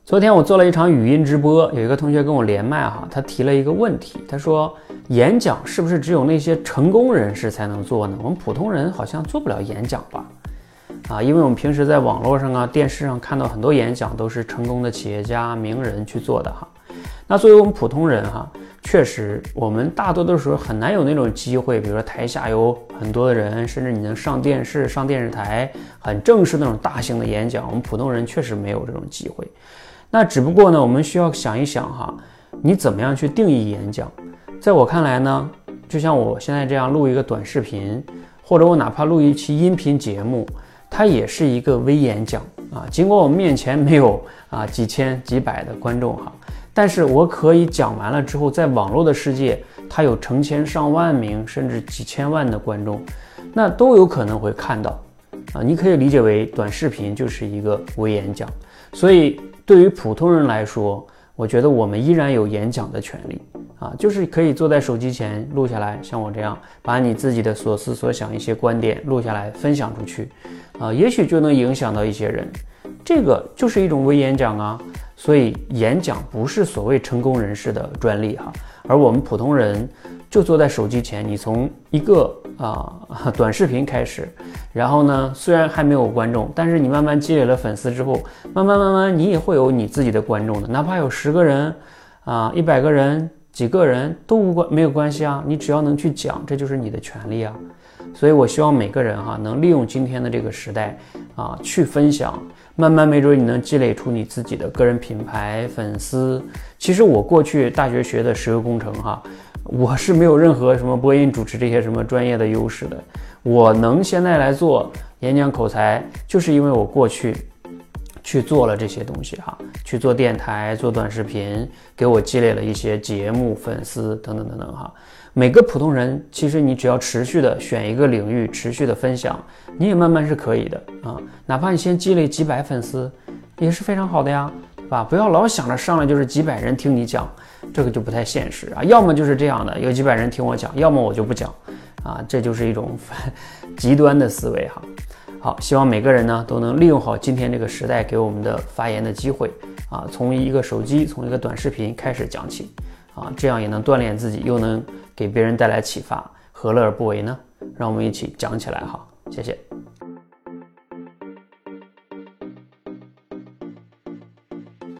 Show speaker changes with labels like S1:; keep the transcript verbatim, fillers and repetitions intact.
S1: 昨天我做了一场语音直播，有一个同学跟我连麦哈，他提了一个问题，他说演讲是不是只有那些成功人士才能做呢？我们普通人好像做不了演讲吧？啊，因为我们平时在网络上啊、电视上看到很多演讲都是成功的企业家、名人去做的哈。那作为我们普通人哈，确实我们大多的时候很难有那种机会，比如说台下有很多人，甚至你能上电视、上电视台，很正式那种大型的演讲，我们普通人确实没有这种机会。那只不过呢，我们需要想一想哈，你怎么样去定义演讲？在我看来呢，就像我现在这样录一个短视频，或者我哪怕录一期音频节目，它也是一个微演讲啊。尽管我面前没有啊几千几百的观众哈，但是我可以讲完了之后，在网络的世界，它有成千上万名甚至几千万的观众，那都有可能会看到啊。你可以理解为短视频就是一个微演讲，所以对于普通人来说，我觉得我们依然有演讲的权利啊，就是可以坐在手机前录下来，像我这样把你自己的所思所想一些观点录下来分享出去啊，也许就能影响到一些人，这个就是一种微演讲啊。所以演讲不是所谓成功人士的专利哈，而我们普通人就坐在手机前，你从一个啊、呃、短视频开始，然后呢，虽然还没有观众，但是你慢慢积累了粉丝之后，慢慢慢慢你也会有你自己的观众的，哪怕有十个人啊、一百个人、几个人都无关没有关系啊，你只要能去讲，这就是你的权利啊。所以我希望每个人哈能利用今天的这个时代啊去分享，慢慢没准你能积累出你自己的个人品牌、粉丝。其实我过去大学学的石油工程哈，我是没有任何什么播音主持这些什么专业的优势的，我能现在来做演讲口才，就是因为我过去去做了这些东西哈，去做电台、做短视频，给我积累了一些节目、粉丝等等等等哈。每个普通人，其实你只要持续的选一个领域，持续的分享，你也慢慢是可以的啊。哪怕你先积累几百粉丝，也是非常好的呀，对吧？不要老想着上来就是几百人听你讲，这个就不太现实啊。要么就是这样的，有几百人听我讲，要么我就不讲啊，这就是一种极端的思维哈。好，希望每个人呢都能利用好今天这个时代给我们的发言的机会啊，从一个手机，从一个短视频开始讲起啊，这样也能锻炼自己，又能给别人带来启发，何乐而不为呢？让我们一起讲起来哈，谢谢。